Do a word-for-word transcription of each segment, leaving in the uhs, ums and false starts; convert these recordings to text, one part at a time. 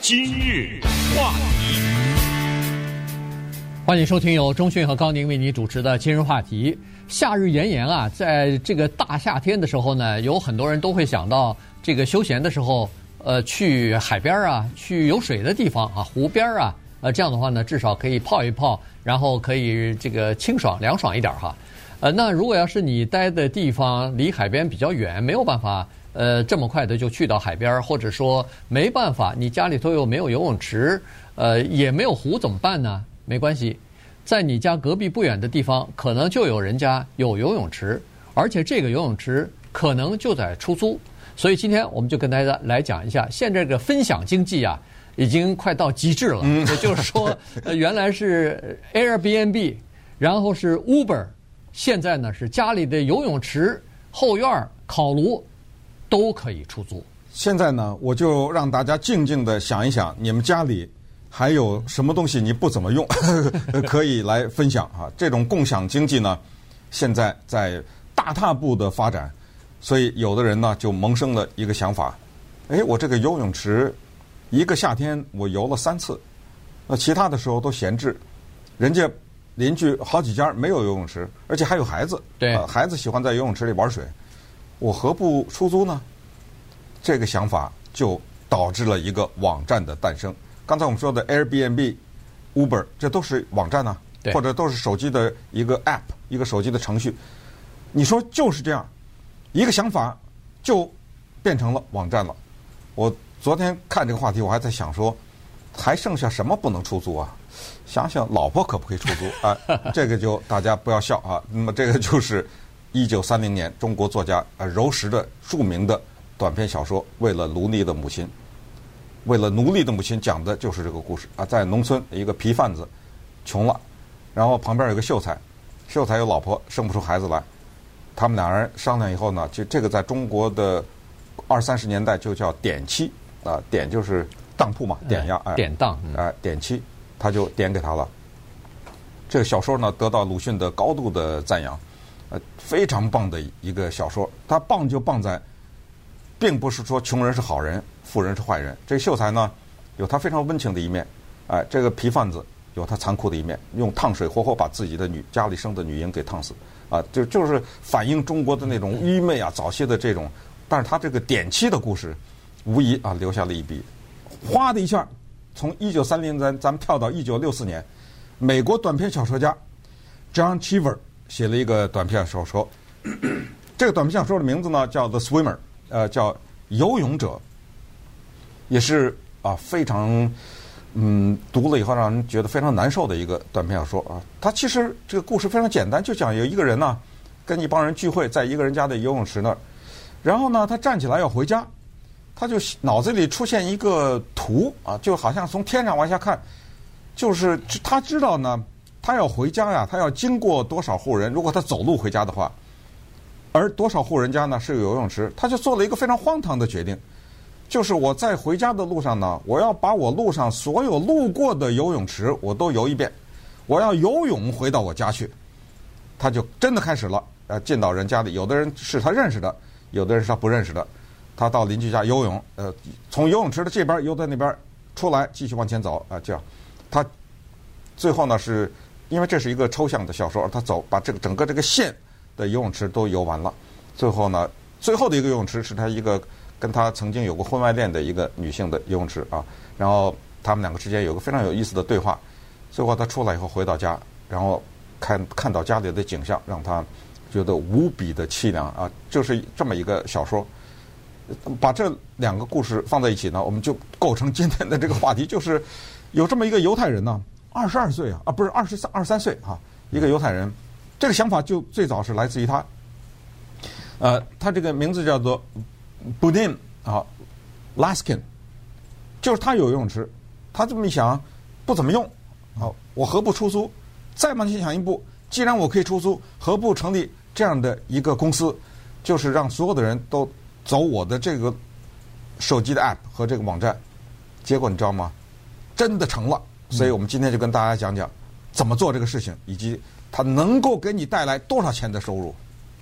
今日话题， 欢迎收听由钟迅和高宁为你主持的今日话题。夏日炎炎啊，在这个大夏天的时候呢，有很多人都会想到这个休闲的时候，呃，去海边啊，去有水的地方啊，湖边啊，呃，这样的话呢，至少可以泡一泡，然后可以这个清爽凉爽一点哈。呃，那如果要是你待的地方离海边比较远，没有办法呃这么快的就去到海边，或者说没办法，你家里头又没有游泳池，呃，也没有湖，怎么办呢？没关系，在你家隔壁不远的地方，可能就有人家有游泳池，而且这个游泳池可能就在出租。所以今天我们就跟大家来讲一下，现在这个分享经济啊，已经快到极致了。嗯、也就是说，呃，原来是 Airbnb， 然后是 Uber， 现在呢是家里的游泳池、后院、烤炉都可以出租。 现在呢，我就让大家静静的想一想，你们家里还有什么东西你不怎么用，可以来分享啊？这种共享经济呢，现在在大踏步的发展，所以有的人呢就萌生了一个想法：哎，我这个游泳池一个夏天我游了三次，那其他的时候都闲置，人家邻居好几家没有游泳池，而且还有孩子， 对、 呃，孩子喜欢在游泳池里玩水，我何不出租呢？这个想法就导致了一个网站的诞生。刚才我们说的 Airbnb、Uber， 这都是网站呢、啊，或者都是手机的一个 App， 一个手机的程序。你说就是这样，一个想法就变成了网站了。我昨天看这个话题，我还在想说，还剩下什么不能出租啊？想想老婆可不可以出租啊？这个就大家不要笑啊。那么这个就是一九三零年中国作家啊柔石的著名的短篇小说《为了奴隶的母亲》。为了奴隶的母亲讲的就是这个故事啊，在农村一个皮贩子穷了，然后旁边有个秀才，秀才有老婆生不出孩子来，他们俩人商量以后呢，就这个在中国的二三十年代就叫点妻啊，点就是当铺嘛，点呀，哎， 典当， 哎，点妻，他就点给他了。这个小说呢得到鲁迅的高度的赞扬，呃，非常棒的一个小说。它棒就棒在，并不是说穷人是好人，富人是坏人。这个秀才呢，有他非常温情的一面，哎、呃，这个皮贩子有他残酷的一面，用烫水活活把自己的女家里生的女婴给烫死，啊、呃，就就是反映中国的那种愚昧啊，早期的这种。但是他这个点妻的故事，无疑啊留下了一笔，哗的一下，从一九三零咱咱们跳到一九六四年，美国短篇小说家 John Cheever 写了一个短篇小说，这个短篇小说的名字呢叫 The Swimmer， 呃，叫游泳者。也是啊，非常嗯，读了以后让人觉得非常难受的一个短篇小说啊。它其实这个故事非常简单，就讲有一个人呢，跟一帮人聚会，在一个人家的游泳池那儿，然后呢，他站起来要回家，他就脑子里出现一个图啊，就好像从天上往下看，就是他知道呢，他要回家呀，他要经过多少户人，如果他走路回家的话，而多少户人家呢是有游泳池，他就做了一个非常荒唐的决定。就是我在回家的路上呢，我要把我路上所有路过的游泳池我都游一遍，我要游泳回到我家去。他就真的开始了，呃，进到人家里，有的人是他认识的，有的人是他不认识的。他到邻居家游泳，呃，从游泳池的这边游到那边，出来继续往前走，啊、呃，这样。他最后呢，是因为这是一个抽象的小说，他走把这个整个这个县的游泳池都游完了。最后呢，最后的一个游泳池是他一个。跟他曾经有过婚外恋的一个女性的游泳池啊，然后他们两个之间有个非常有意思的对话。最后他出来以后回到家，然后看看到家里的景象，让他觉得无比的凄凉啊，就是这么一个小说。把这两个故事放在一起呢，我们就构成今天的这个话题，就是有这么一个犹太人呢，二十二岁啊，啊不是二十三二十三岁啊，一个犹太人，这个想法就最早是来自于他。呃，他这个名字叫做Budim 啊 ，Laskin， 就是他有游泳池，他这么一想，不怎么用，啊，我何不出租？再往前想一步，既然我可以出租，何不成立这样的一个公司，就是让所有的人都走我的这个手机的 app 和这个网站？结果你知道吗？真的成了。所以我们今天就跟大家讲讲怎么做这个事情，以及它能够给你带来多少钱的收入。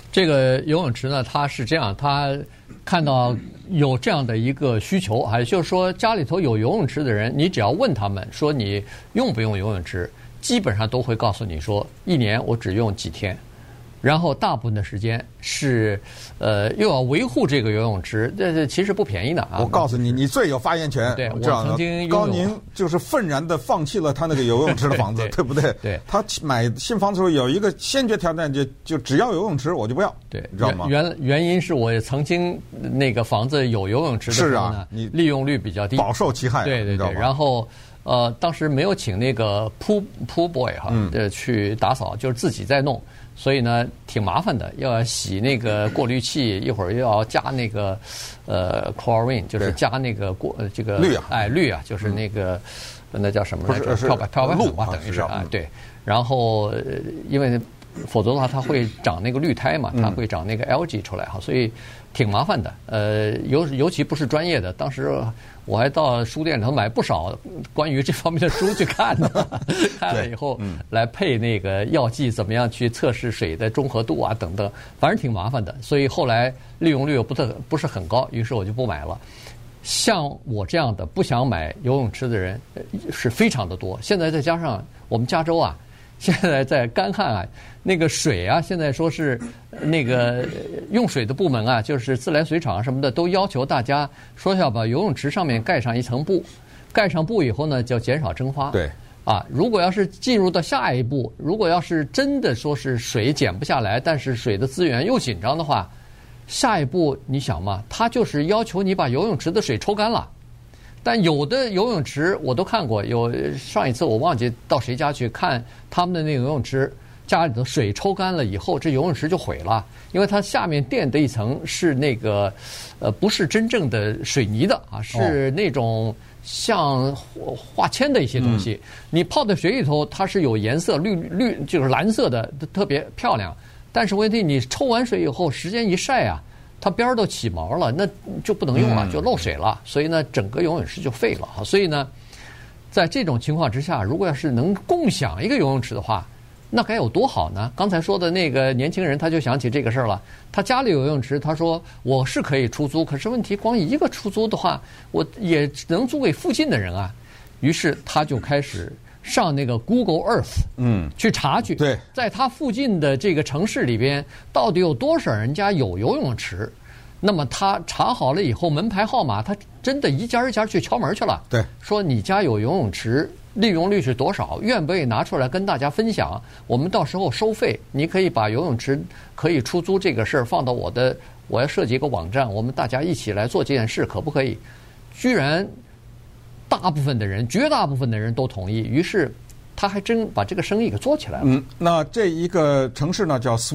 这个游泳池呢，它是这样，它看到有这样的一个需求，还就是说家里头有游泳池的人，你只要问他们说你用不用游泳池，基本上都会告诉你说，一年我只用几天。然后大部分的时间是，呃，又要维护这个游泳池，这这其实不便宜的啊。 我告诉你，你最有发言权。 对，我曾经高宁就是愤然的放弃了他那个游泳池的房子，对, 对, 对不对？ 对。 他买新房子的时候有一个先决条件，就就只要游泳池我就不要。 对， 你知道吗？ 原原因是我曾经那个房子有游泳池的时候呢， 啊、你利用率比较低， 饱受其害、啊。 对对对，然后。呃，当时没有请那个pool pool boy 哈，呃，去打扫，就是自己在弄，所以呢挺麻烦的，要洗那个过滤器，一会儿又要加那个呃 chlorine， 就是加那个过这个氯啊， 哎氯啊，就是那个那叫什么来着？漂白漂白粉吧，等于是啊，对。然后因为否则的话它会长那个绿苔嘛，它会长那个 algae 出来哈，所以挺麻烦的。呃，尤尤其不是专业的，当时。我还到书店里头买不少关于这方面的书去看的，看了以后来配那个药剂怎么样去测试水的中和度啊等等，反正挺麻烦的。所以后来利用率又不特不是很高，于是我就不买了。像我这样的不想买游泳池的人是非常的多。现在再加上我们加州啊。现在在干旱啊，那个水啊，现在说是那个用水的部门啊，就是自来水厂什么的，都要求大家说要把游泳池上面盖上一层布，盖上布以后呢，就减少蒸发。 对。 啊，如果要是进入到下一步，如果要是真的说是水减不下来，但是水的资源又紧张的话，下一步你想嘛，它就是要求你把游泳池的水抽干了。但有的游泳池我都看过，有上一次我忘记到谁家去看他们的那个游泳池，家里的水抽干了以后，这游泳池就毁了，因为它下面垫的一层是那个，呃，不是真正的水泥的啊，是那种像化纤的一些东西。嗯、你泡在水里头，它是有颜色，绿绿就是蓝色的，特别漂亮。但是问题你抽完水以后，时间一晒啊。它边儿都起毛了，那就不能用了，就漏水了。所以呢，整个游泳池就废了。所以呢，在这种情况之下，如果要是能共享一个游泳池的话，那该有多好呢？刚才说的那个年轻人，他就想起这个事儿了。他家里有游泳池，他说我是可以出租，可是问题光一个出租的话，我也只能租给附近的人啊。于是他就开始上那个 Google Earth， 嗯，去查去， 对， 在他附近的这个城市里边，到底有多少人家有游泳池？那么他查好了以后，门牌号码，他真的一家一家去敲门去了。 对， 说你家有游泳池，利用率是多少？愿不愿意拿出来跟大家分享？我们到时候收费，你可以把游泳池可以出租这个事儿放到我的，我要设计一个网站，我们大家一起来做这件事，可不可以？居然。大部分的人，绝大部分的人都同意，于是他还真把这个生意给做起来了。 嗯，那这一个城市呢叫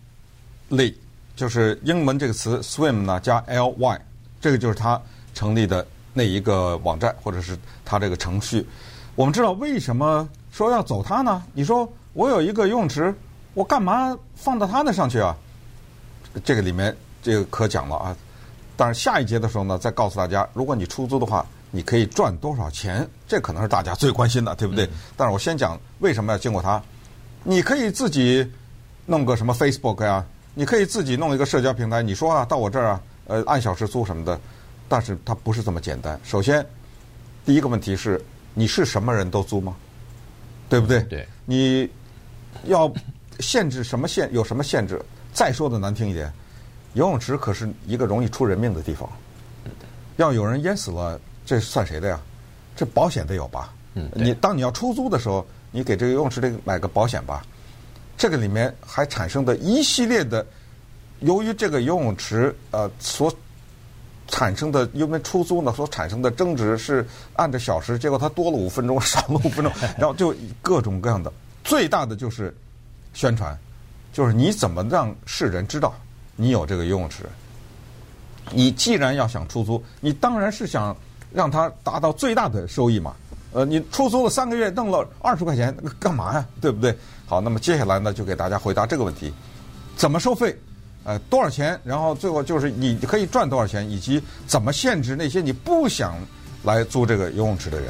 Swimly， 就是英文这个词 swim 呢加 ly， 这个就是他成立的那一个网站或者是他这个程序。我们知道为什么说要走它呢？你说我有一个游泳池，我干嘛放到它那上去啊？这个里面这个可讲了啊。但是下一节的时候呢，再告诉大家，如果你出租的话。你可以赚多少钱？这可能是大家最关心的，对不对？嗯、但是我先讲为什么要经过它。你可以自己弄个什么 Facebook 呀、啊，你可以自己弄一个社交平台。你说啊，到我这儿啊，呃，按小时租什么的。但是它不是这么简单。首先，第一个问题是，你是什么人都租吗？对不对？ 对。 你要限制什么限？有什么限制？再说的难听一点，游泳池可是一个容易出人命的地方。要有人淹死了。这算谁的呀？这保险得有吧？嗯，你当你要出租的时候，你给这个游泳池得买个保险吧。这个里面还产生的一系列的，由于这个游泳池呃所产生的，因为出租呢所产生的争执是按照小时，结果它多了五分钟，少了五分钟，然后就各种各样的。最大的就是宣传，就是你怎么让世人知道你有这个游泳池。你既然要想出租，你当然是想。让它达到最大的收益嘛？呃，你出租了三个月，弄了二十块钱，干嘛呀？对不对？好，那么接下来呢，就给大家回答这个问题：怎么收费？呃，多少钱？然后最后就是你可以赚多少钱，以及怎么限制那些你不想来租这个游泳池的人。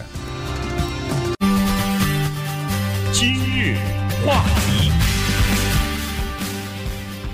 今日话题。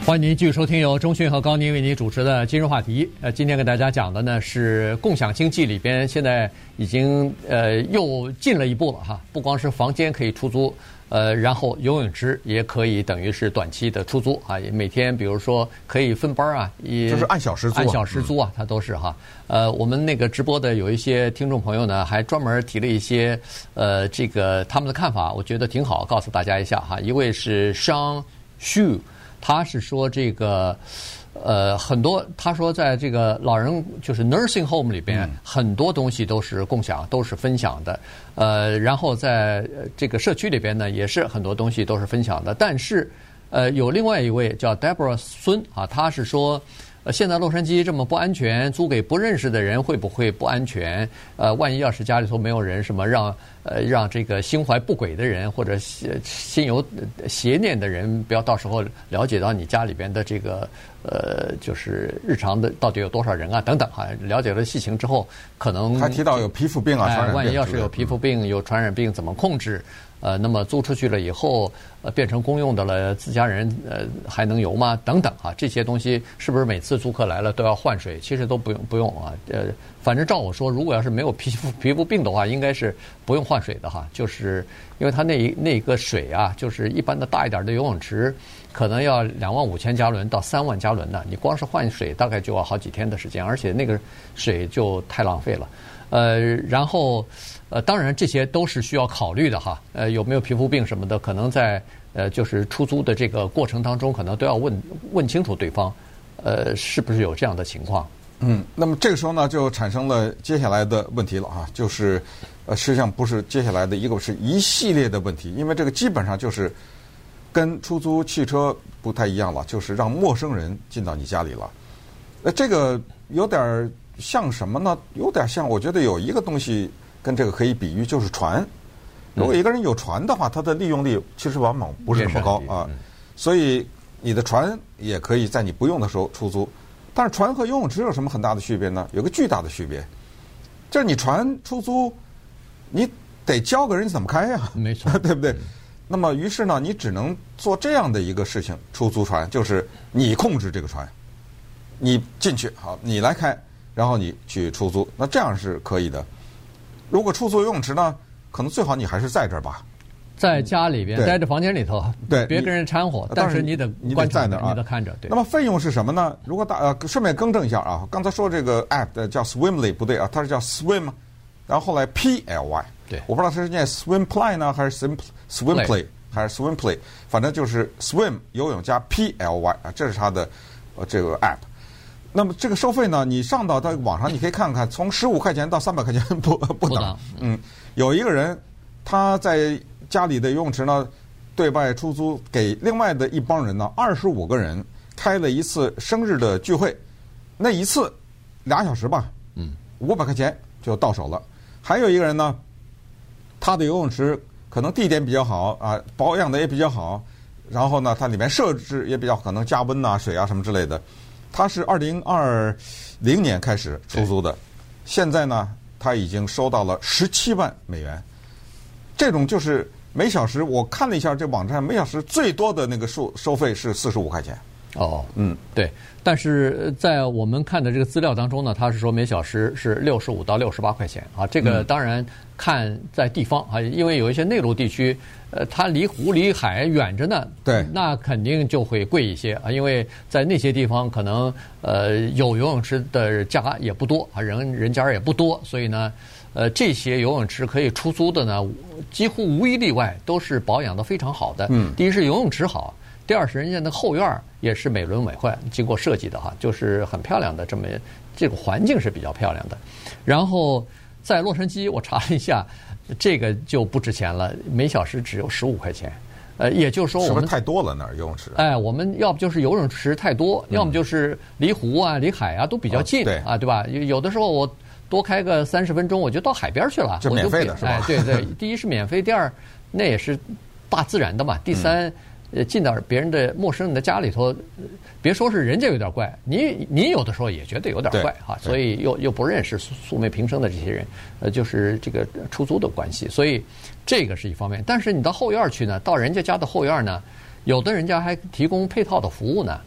欢迎您继续收听由钟迅和高宁为您主持的今日话题。呃，今天跟大家讲的呢是共享经济里边，现在已经呃又进了一步了哈，不光是房间可以出租，呃，然后游泳池也可以等于是短期的出租啊，每天比如说可以分班啊，也就是按小时租、啊， 按小时租啊，它都是哈。呃，我们那个直播的有一些听众朋友呢，还专门提了一些呃这个他们的看法，我觉得挺好，告诉大家一下哈。一位是商旭。他是说这个，呃，很多他说在这个老人就是 nursing home 里边，很多东西都是共享，都是分享的。呃，然后在这个社区里边呢，也是很多东西都是分享的。但是，呃，有另外一位叫 Deborah 孙啊，他是说。呃，现在洛杉矶这么不安全，租给不认识的人会不会不安全？呃，万一要是家里头没有人，什么让呃让这个心怀不轨的人或者心有邪念的人，不要到时候了解到你家里边的这个呃，就是日常的到底有多少人啊等等哈、啊。了解了细情之后，可能他提到有皮肤病啊，传染病、 哎，万一要是有皮肤病、有传染病，怎么控制？呃，那么租出去了以后，呃，变成公用的了，自家人呃还能游吗？等等啊，这些东西是不是每次租客来了都要换水？其实都不用不用啊，呃，反正照我说，如果要是没有皮肤皮肤病的话，应该是不用换水的哈。就是因为它那一那个水啊，就是一般的大一点的游泳池，可能要两万五千加仑到三万加仑呢。你光是换水大概就要好几天的时间，而且那个水就太浪费了。呃，然后。呃，当然这些都是需要考虑的哈。呃，有没有皮肤病什么的，可能在呃就是出租的这个过程当中，可能都要问问清楚对方，呃，是不是有这样的情况。 嗯，那么这个时候呢，就产生了接下来的问题了哈，就是呃，实际上不是接下来的一个是一系列的问题，因为这个基本上就是跟出租汽车不太一样了，就是让陌生人进到你家里了。呃，这个有点像什么呢？有点像，我觉得有一个东西。跟这个可以比喻，就是船。如果一个人有船的话，它的利用率其实往往不是那么高啊。所以你的船也可以在你不用的时候出租。但是船和游泳池有什么很大的区别呢？有个巨大的区别，就是你船出租，你得教个人怎么开呀， 没错， 对不对？那么于是呢，你只能做这样的一个事情：出租船，就是你控制这个船，你进去好，你来开，然后你去出租。那这样是可以的。如果出租游泳池呢，可能最好你还是在这儿吧， 在家里边待着房间里头， 对， 别跟人掺和，但是你得你得在那儿啊， 你得看着。对。 那么费用是什么呢？如果大呃，顺便更正一下啊，刚才说这个 app 叫 Swimly 不对啊，它是叫 Swim， 然后后来 P L Y， 对， 我不知道是念 Swimply 呢，还是 Swimply， 还是 Swimply， 反正就是 Swim 游泳加 P L Y 啊，这是它的呃这个 app。那么这个收费呢？你上到它网上，你可以看看，从十五块钱到三百块钱不不等。嗯，有一个人他在家里的游泳池呢，对外出租给另外的一帮人呢，二十五个人开了一次生日的聚会，那一次俩小时吧，嗯，五百块钱就到手了。还有一个人呢，他的游泳池可能地点比较好啊，保养的也比较好，然后呢，它里面设置也比较可能加温啊、水啊什么之类的。他是二零二零年开始出租的，现在呢，他已经收到了十七万美元。这种就是每小时，我看了一下这网站，每小时最多的那个收收费是四十五块钱。 哦，嗯，对。但是在我们看的这个资料当中呢，他是说每小时是六十五到六十八块钱啊。这个当然看在地方啊，因为有一些内陆地区。呃，它离湖离海远着呢， 对， 那肯定就会贵一些啊，因为在那些地方可能呃有游泳池的家也不多啊，人人家也不多，所以呢，呃，这些游泳池可以出租的呢，几乎无一例外都是保养得非常好的。嗯，第一是游泳池好，第二是人家的后院也是美轮美奂，经过设计的哈，就是很漂亮的这么这个环境是比较漂亮的。然后在洛杉矶，我查了一下。这个就不值钱了，每小时只有十五块钱，呃，也就是说我们是不是太多了那儿游泳池？ 哎，我们要不就是游泳池太多，嗯、要么就是离湖啊、离海啊都比较近， 哦、对啊，对吧？有的时候我多开个三十分钟，我就到海边去了， 这免费的是吧？ 哎，对对，第一是免费，第二那也是大自然的嘛，第三。嗯呃，进到别人的陌生人的家里头，别说是人家有点怪，你你有的时候也觉得有点怪哈，所以又又不认识素昧平生的这些人，呃，就是这个出租的关系，所以这个是一方面。但是你到后院去呢，到人家家的后院呢，有的人家还提供配套的服务呢，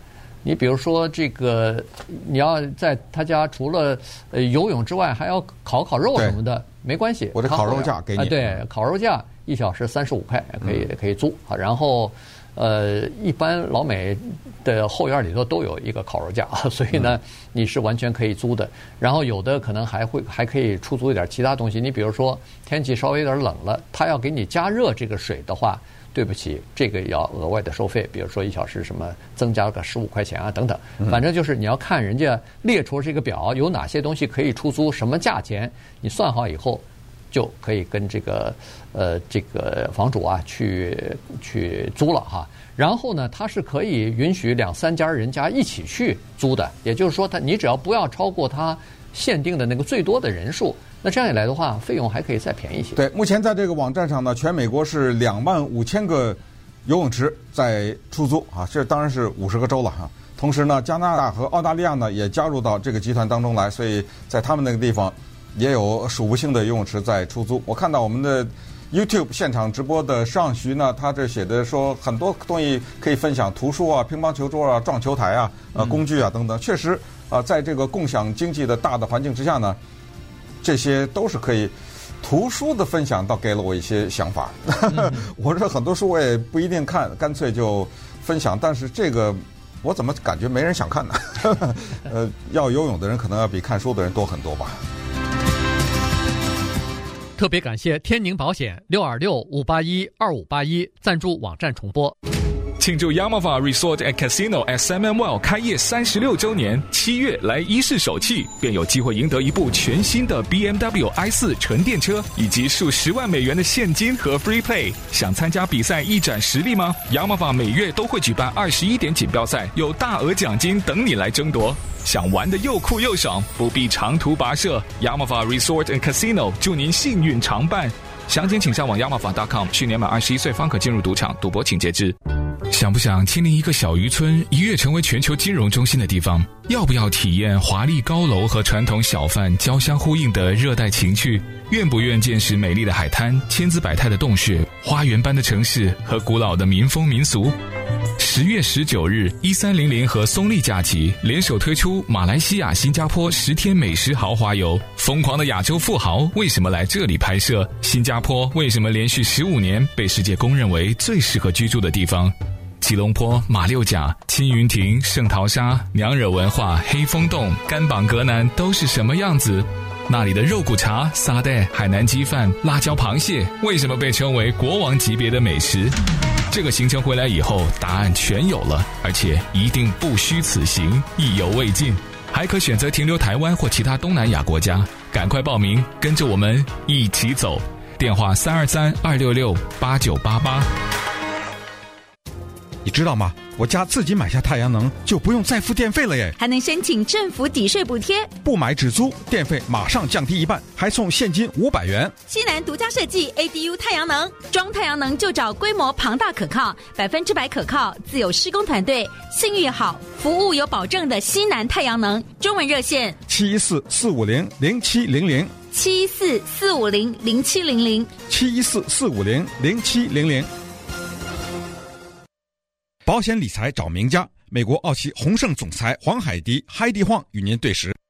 你比如说这个，你要在他家除了呃游泳之外，还要烤烤肉什么的，没关系。 我这烤肉架给你。 啊，对，烤肉架一小时三十五块，可以、嗯、可以租。好，然后呃，一般老美的后院里头都有一个烤肉架，所以呢，你是完全可以租的。然后有的可能还会还可以出租一点其他东西。你比如说天气稍微有点冷了，他要给你加热这个水的话。对不起，这个要额外的收费，比如说一小时什么增加个十五块钱啊等等，反正就是你要看人家列出这个表有哪些东西可以出租，什么价钱，你算好以后就可以跟这个呃这个房主啊去去租了哈。然后呢，它是可以允许两三家人家一起去租的，也就是说，它你只要不要超过它限定的那个最多的人数。那这样一来的话，费用还可以再便宜一些。 对，目前在这个网站上呢，全美国是两万五千个游泳池在出租啊，这当然是五十个州了哈。同时呢，加拿大和澳大利亚呢也加入到这个集团当中来，所以在他们那个地方也有数不清的游泳池在出租。我看到我们的 YouTube 现场直播的上徐呢，他这写的说很多东西可以分享，图书啊、乒乓球桌啊、撞球台啊、呃工具啊等等。确实啊，在这个共享经济的大的环境之下呢。这些都是可以，图书的分享倒给了我一些想法。嗯、我说很多书我也不一定看，干脆就分享。但是这个我怎么感觉没人想看呢？呃，要游泳的人可能要比看书的人多很多吧。 特别感谢天宁保险六二六五八一二五八一赞助网站重播。 庆祝 Yamava Resort and Casino at S M Well 开业三十六周年，七月来一试手气，便有机会赢得一部全新的 B M W i 四 纯电车，以及数十万美元的现金和 Free Play。想参加比赛一展实力吗？ Yamava 每月都会举办二十一点锦标赛，有大额奖金等你来争夺。想玩得又酷又爽，不必长途跋涉。Yamava Resort and Casino 祝您幸运常伴。详情请上网 yamava dot com。去年满二十一岁方可进入赌场，赌博请节制。想不想亲临一个小渔村，一跃成为全球金融中心的地方？要不要体验华丽高楼和传统小贩交相呼应的热带情趣？愿不愿见识美丽的海滩、千姿百态的洞穴、花园般的城市和古老的民风民俗？十月十九日，一三零零和松丽假期联手推出马来西亚、新加坡十天美食豪华游。疯狂的亚洲富豪为什么来这里拍摄？新加坡为什么连续十五年被世界公认为最适合居住的地方？吉隆坡、马六甲、青云亭、圣淘沙、娘惹文化、黑风洞、甘榜格南都是什么样子？那里的肉骨茶、沙爹、海南鸡饭、辣椒螃蟹为什么被称为国王级别的美食？这个行程回来以后，答案全有了，而且一定不虚此行，意犹未尽。还可选择停留台湾或其他东南亚国家，赶快报名，跟着我们一起走。电话三二三二六六八九八八。 你知道吗？我家自己买下太阳能就不用再付电费了耶， 还能申请政府抵税补贴， 不买只租，电费马上降低一半，还送现金五百元。 西南独家设计 A D U 太阳能，装太阳能就找规模庞大可靠、百分之百可靠、自有施工团队、信誉好、服务有保证的西南太阳能。中文热线七一四四五零零七零零七一四四五零零七零零七一四四五零零七零零。保险理财找名家，美国奥奇宏盛总裁黄海迪 Heidi Huang 与您对时。